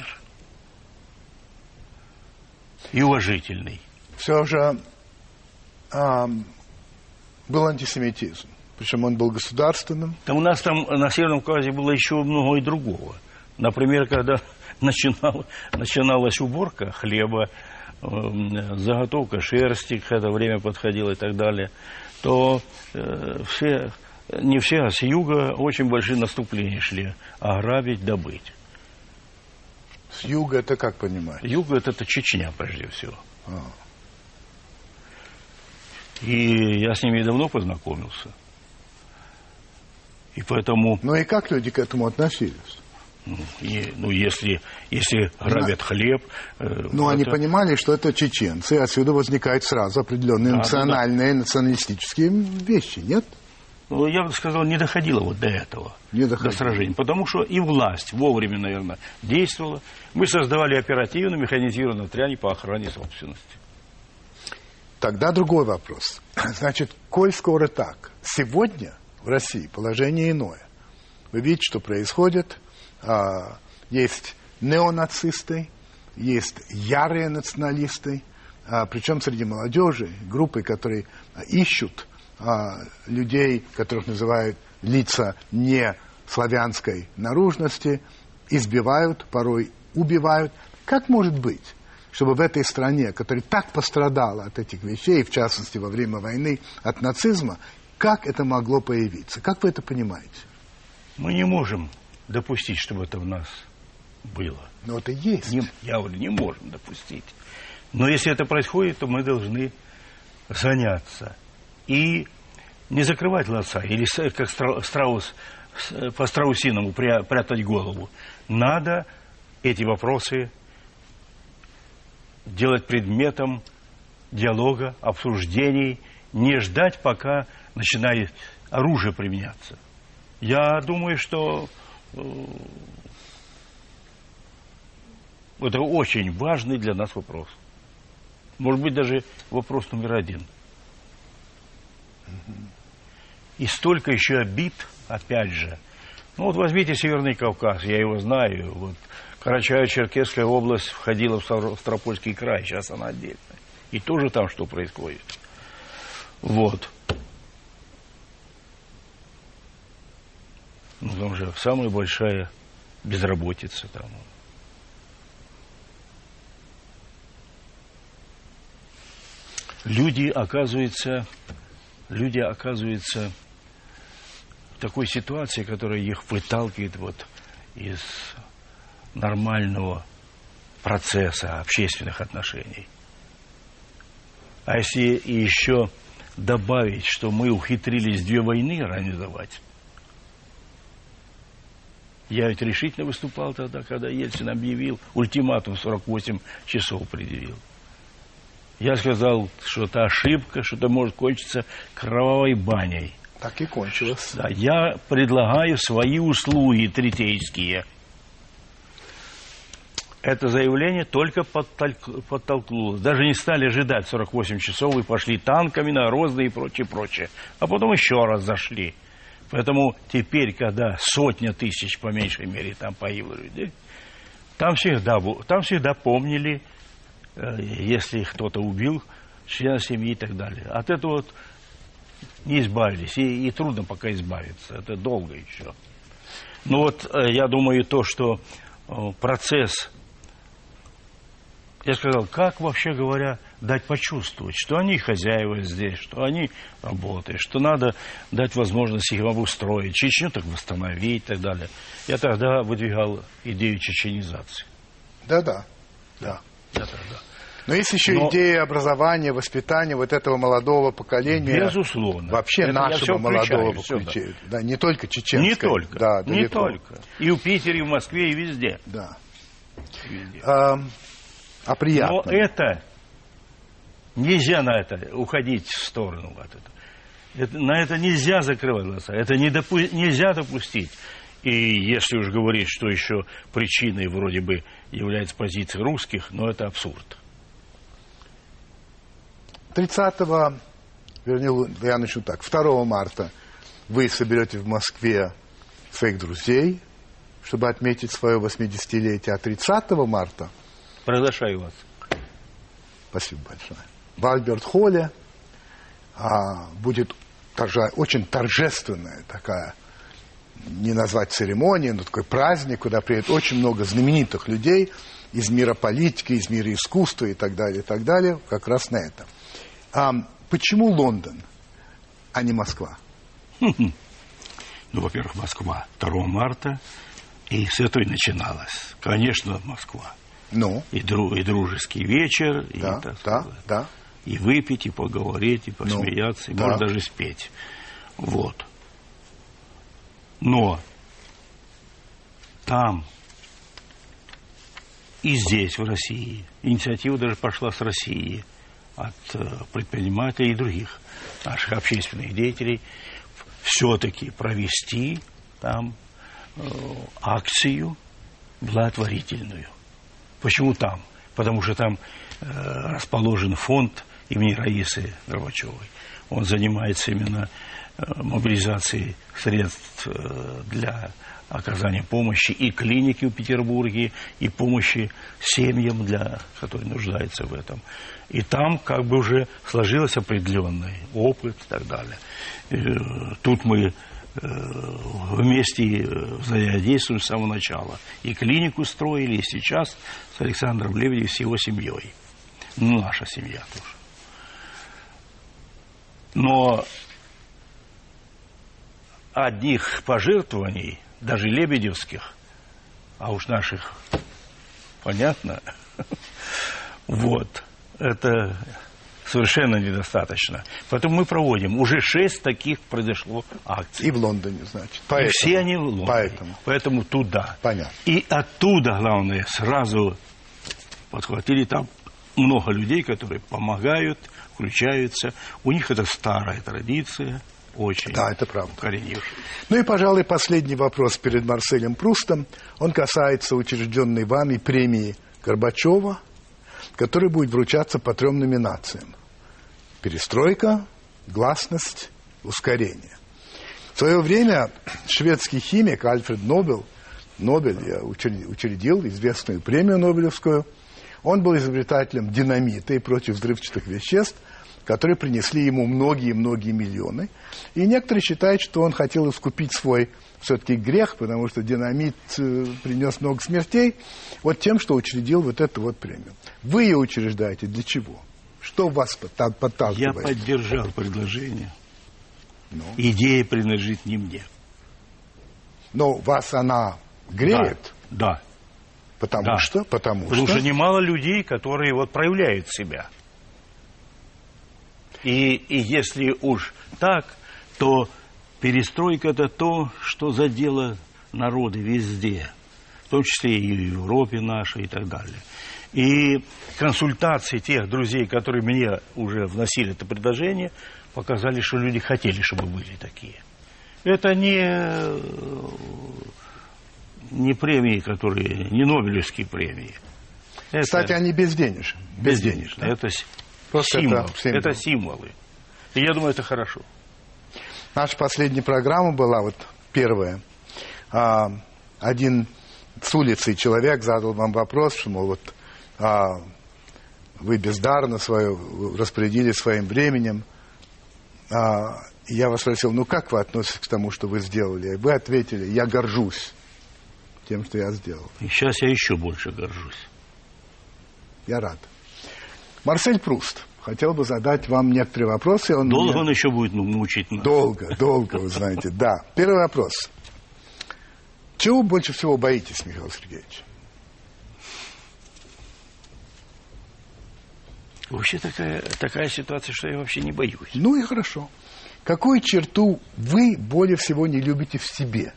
И уважительный. Все же а, был антисемитизм. Причем он был государственным. Там у нас там на Северном Кавказе было еще много и другого. Например, когда начинал, начиналась уборка хлеба, э, заготовка шерсти, к это время подходило и так далее, то э, все, не все, а с юга очень большие наступления шли. Ограбить, добыть. С юга это как понимать? Юг это, это Чечня, прежде всего. А. И я с ними давно познакомился. И поэтому... Ну и как люди к этому относились? Ну, и, ну если, если грабят хлеб... Э, ну, это... они понимали, что это чеченцы, и отсюда возникают сразу определенные да, национальные, да, да. националистические вещи, нет? Ну, я бы сказал, не доходило вот до этого, не доходило. До сражений. Потому что и власть вовремя, наверное, действовала. Мы создавали оперативно механизированные отряды по охране собственности. Тогда другой вопрос. Значит, коль скоро так, сегодня в России положение иное. Вы видите, что происходит. А, есть неонацисты, есть ярые националисты, а, причем среди молодежи, группы, которые а, ищут а, людей, которых называют лица не славянской наружности, избивают, порой убивают. Как может быть, чтобы в этой стране, которая так пострадала от этих вещей, в частности во время войны, от нацизма, как это могло появиться? Как вы это понимаете? Мы не можем допустить, чтобы это в нас было. Но это есть. Не, я говорю, не можем допустить. Но если это происходит, то мы должны заняться. И не закрывать глаза, или как страус, по страусиному прятать голову. Надо эти вопросы делать предметом диалога, обсуждений не ждать, пока начинает оружие применяться. Я думаю, что э, это очень важный для нас вопрос. Может быть, даже вопрос номер один. И столько еще обид, опять же. Ну вот возьмите Северный Кавказ, я его знаю. Вот Карачаево-Черкесская область входила в Ставропольский край, сейчас она отдельная. И тоже там что происходит. Вот. Ну там же самая большая безработица там. Люди, оказывается, люди, оказывается, в такой ситуации, которая их выталкивает вот из нормального процесса общественных отношений. А если еще добавить, что мы ухитрились две войны организовать, я ведь решительно выступал тогда, когда Ельцин объявил ультиматум сорок восемь часов предъявил. Я сказал, что это ошибка, что это может кончиться кровавой баней. Так и кончилось. Да, я предлагаю свои услуги третейские. Это заявление только подтолкнулось. Даже не стали ожидать сорок восемь часов и пошли танками на Грозный и прочее, прочее. А потом еще раз зашли. Поэтому теперь, когда сотня тысяч, по меньшей мере, там погибло людей, там всегда, там всегда помнили, если кто-то убил члена семьи и так далее. От этого вот не избавились. И, и трудно пока избавиться. Это долго еще. Но вот я думаю, то, что процесс... Я сказал, как вообще говоря дать почувствовать, что они хозяева здесь, что они работают, что надо дать возможность их обустроить, Чечню так восстановить и так далее. Я тогда выдвигал идею чеченизации. Да-да. Да. Я тогда. Но есть еще Но... идея образования, воспитания вот этого молодого поколения. Безусловно. Вообще это нашего молодого поколения. Да, не только чеченского. Не только. Да, не только. И в Питере, и в Москве, и везде. Да. Везде. А, а приятно. Но это... Нельзя на это уходить в сторону от этого. Это, на это нельзя закрывать глаза. Это не допу... нельзя допустить. И если уж говорить, что еще причиной вроде бы является позиция русских, но это абсурд. тридцатого, вернее, я начну так, второго марта вы соберете в Москве своих друзей, чтобы отметить свое восьмидесятилетие, а тридцатого марта... Приглашаю вас. Спасибо большое. В Альберт-холле а, будет торжа, очень торжественная такая, не назвать церемония, но такой праздник, куда приедет очень много знаменитых людей из мира политики, из мира искусства и так далее, и так далее, как раз на это. А почему Лондон, а не Москва? Ну, во-первых, Москва второго марта, и с этого и начиналось. Конечно, Москва. Ну? И, дру, и дружеский вечер, да, и, так да, сказать, да. и выпить, и поговорить, и посмеяться, ну, и, да. Может, даже спеть. Вот. Но там и здесь, в России, инициатива даже пошла с России, от предпринимателей и других наших общественных деятелей, все-таки провести там э, акцию благотворительную. Почему там? Потому что там э, расположен фонд имени Раисы Горбачевой. Он занимается именно э, мобилизацией средств э, для оказания помощи и клинике в Петербурге, и помощи семьям, для, которые нуждаются в этом. И там как бы уже сложился определенный опыт и так далее. И тут мы вместе взаимодействуем с самого начала. И клинику строили, и сейчас с Александром Лебедевым, с его семьей. Ну, наша семья тоже. Но одних пожертвований, даже лебедевских, а уж наших, понятно, вот, это совершенно недостаточно. Поэтому мы проводим. Уже шесть таких произошло акций. И в Лондоне, значит. Поэтому, и все они в Лондоне. Поэтому. Поэтому туда. Понятно. И оттуда, главное, сразу подхватили там много людей, которые помогают, включаются. У них это старая традиция, очень. Да, это правда. Коренившаяся. Ну и, пожалуй, последний вопрос перед Марселем Прустом. Он касается учрежденной вами премии Горбачева, которая будет вручаться по трем номинациям. Перестройка, гласность, ускорение. В свое время шведский химик Альфред Нобель, Нобель учредил известную премию Нобелевскую. Он был изобретателем динамита и прочих взрывчатых веществ, которые принесли ему многие-многие миллионы. И некоторые считают, что он хотел искупить свой все-таки грех, потому что динамит э, принес много смертей, вот тем, что учредил вот эту вот премию. Вы ее учреждаете для чего? Что вас подталкивает? Я поддержал предложение. Ну. Идея принадлежит не мне. Но вас она греет? Да. да. Потому да. что? Потому, Потому что... что немало людей, которые вот проявляют себя. И, и если уж так, то перестройка – это то, что задело народы везде, в том числе и в Европе нашей и так далее. И консультации тех друзей, которые мне уже вносили это предложение, показали, что люди хотели, чтобы были такие. Это не, не премии, которые, не Нобелевские премии. Это, Кстати, они безденежные. Безденежные. Это Просто символ. Это, это символы. И я думаю, это хорошо. Наша последняя программа была, вот первая. А, один с улицы человек задал вам вопрос, что, мол, вот а, вы бездарно свое, распорядились своим временем. А, и я вас спросил, ну как вы относитесь к тому, что вы сделали? И вы ответили, я горжусь тем, что я сделал. И сейчас я еще больше горжусь. Я рад. Марсель Пруст, хотел бы задать вам некоторые вопросы. Он долго меня... он еще будет мучить нас? Долго, долго, вы знаете, да. Первый вопрос. Чего вы больше всего боитесь, Михаил Сергеевич? Вообще такая, такая ситуация, что я вообще не боюсь. Ну и хорошо. Какую черту вы более всего не любите в себе?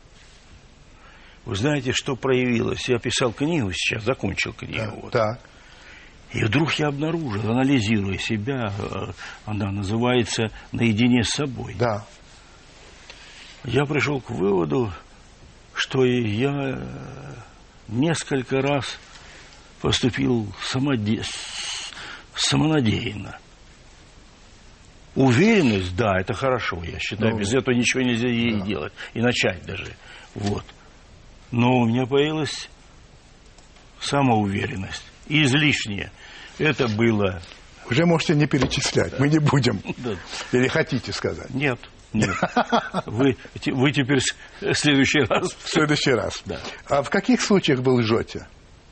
Вы знаете, что проявилось? Я писал книгу сейчас, закончил книгу. Да, вот. так. И вдруг я обнаружил, анализируя себя, она называется «Наедине с собой». Да. Я пришел к выводу, что я несколько раз поступил самоде... самонадеянно. Уверенность, да, это хорошо, я считаю. Ну, без этого ничего нельзя ей да. делать. И начать даже. Вот. Но у меня появилась самоуверенность. И излишняя. Это было... Уже можете не перечислять, да. мы не будем. Да. Или хотите сказать? Нет, нет. Вы, вы теперь в следующий раз. В следующий раз. Да. А в каких случаях вы лжете?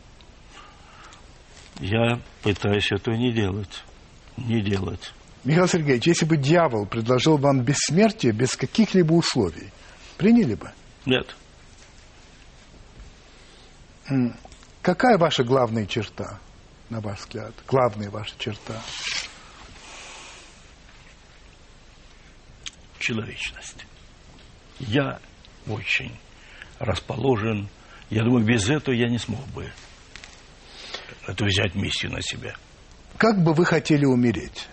Я пытаюсь этого не делать. Не делать. Михаил Сергеевич, если бы дьявол предложил вам бессмертие без каких-либо условий, приняли бы? Нет. Какая ваша главная черта, на ваш взгляд? Главная ваша черта? Человечность. Я очень расположен. Я думаю, без этого я не смог бы это взять миссию на себя. Как бы вы хотели умереть?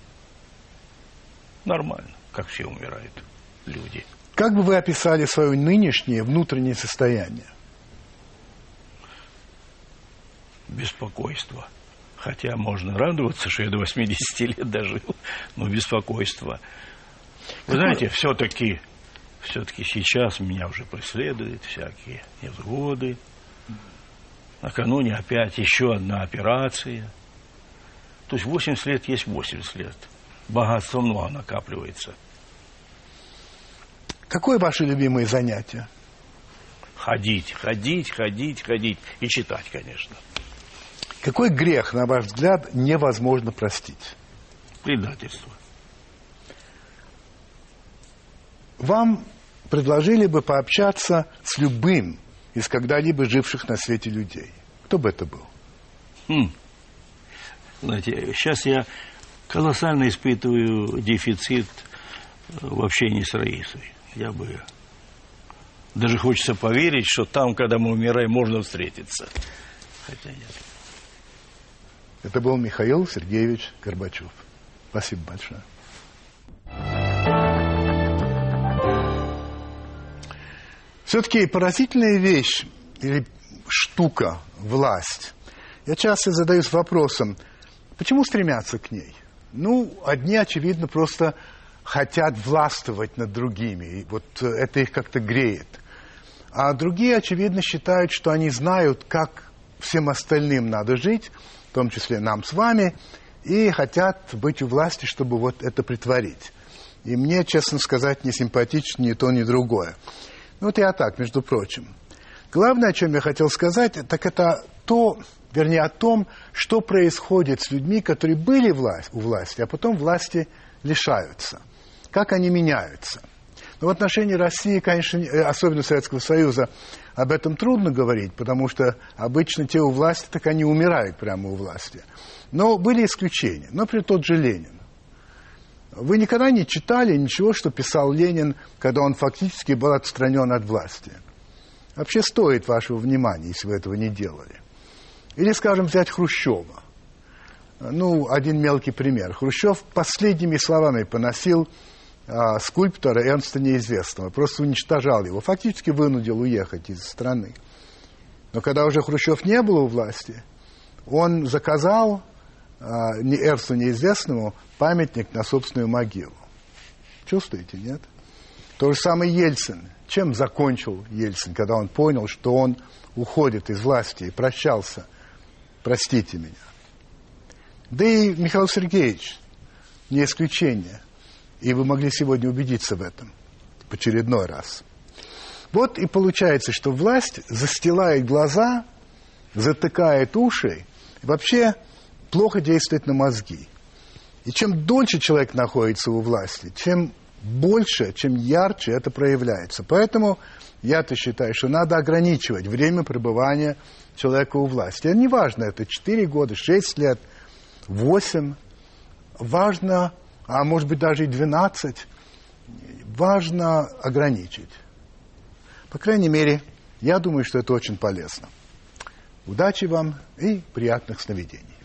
Нормально, как все умирают люди. Как бы вы описали свое нынешнее внутреннее состояние? Беспокойство. Хотя можно радоваться, что я до восьмидесяти лет дожил, но беспокойство. Вы Какое? знаете, все-таки все-таки сейчас меня уже преследуют всякие невзгоды. Накануне опять еще одна операция. То есть восемьдесят лет есть восемьдесят лет. Богатство много накапливается. Какое ваше любимое занятие? Ходить, ходить, ходить, ходить. И читать, конечно. Какой грех, на ваш взгляд, невозможно простить? Предательство. Вам предложили бы пообщаться с любым из когда-либо живших на свете людей. Кто бы это был? Хм. Знаете, сейчас я колоссально испытываю дефицит в общении с Раисой. Я бы... Даже хочется поверить, что там, когда мы умираем, можно встретиться. Хотя нет. Это был Михаил Сергеевич Горбачев. Спасибо большое. Все-таки поразительная вещь или штука – власть. Я часто задаюсь вопросом, почему стремятся к ней? Ну, одни, очевидно, просто хотят властвовать над другими, и вот это их как-то греет. А другие, очевидно, считают, что они знают, как всем остальным надо жить, в том числе нам с вами, и хотят быть у власти, чтобы вот это притворить. И мне, честно сказать, не симпатично ни то, ни другое. Ну, вот я так, между прочим. Главное, о чем я хотел сказать, так это то, вернее, о том, что происходит с людьми, которые были власть, у власти, а потом власти лишаются. Как они меняются. Но в отношении России, конечно, особенно Советского Союза, об этом трудно говорить, потому что обычно те у власти, так они умирают прямо у власти. Но были исключения. Например, тот же Ленин. Вы никогда не читали ничего, что писал Ленин, когда он фактически был отстранен от власти? Вообще стоит вашего внимания, если вы этого не делали. Или, скажем, взять Хрущева. Ну, один мелкий пример. Хрущев последними словами поносил а, скульптора Эрнста Неизвестного. Просто уничтожал его. Фактически вынудил уехать из страны. Но когда уже Хрущев не был у власти, он заказал а, Эрнсту Неизвестному памятник на собственную могилу. Чувствуете, нет? То же самое Ельцин. Чем закончил Ельцин, когда он понял, что он уходит из власти и прощался? Простите меня. Да и Михаил Сергеевич не исключение. И вы могли сегодня убедиться в этом в очередной раз. Вот и получается, что власть застилает глаза, затыкает уши, и вообще плохо действует на мозги. И чем дольше человек находится у власти, чем больше, чем ярче это проявляется. Поэтому я-то считаю, что надо ограничивать время пребывания человека у власти. И неважно, это четыре года, шесть лет, восемь. Важно, а может быть даже и двенадцать, важно ограничить. По крайней мере, я думаю, что это очень полезно. Удачи вам и приятных сновидений.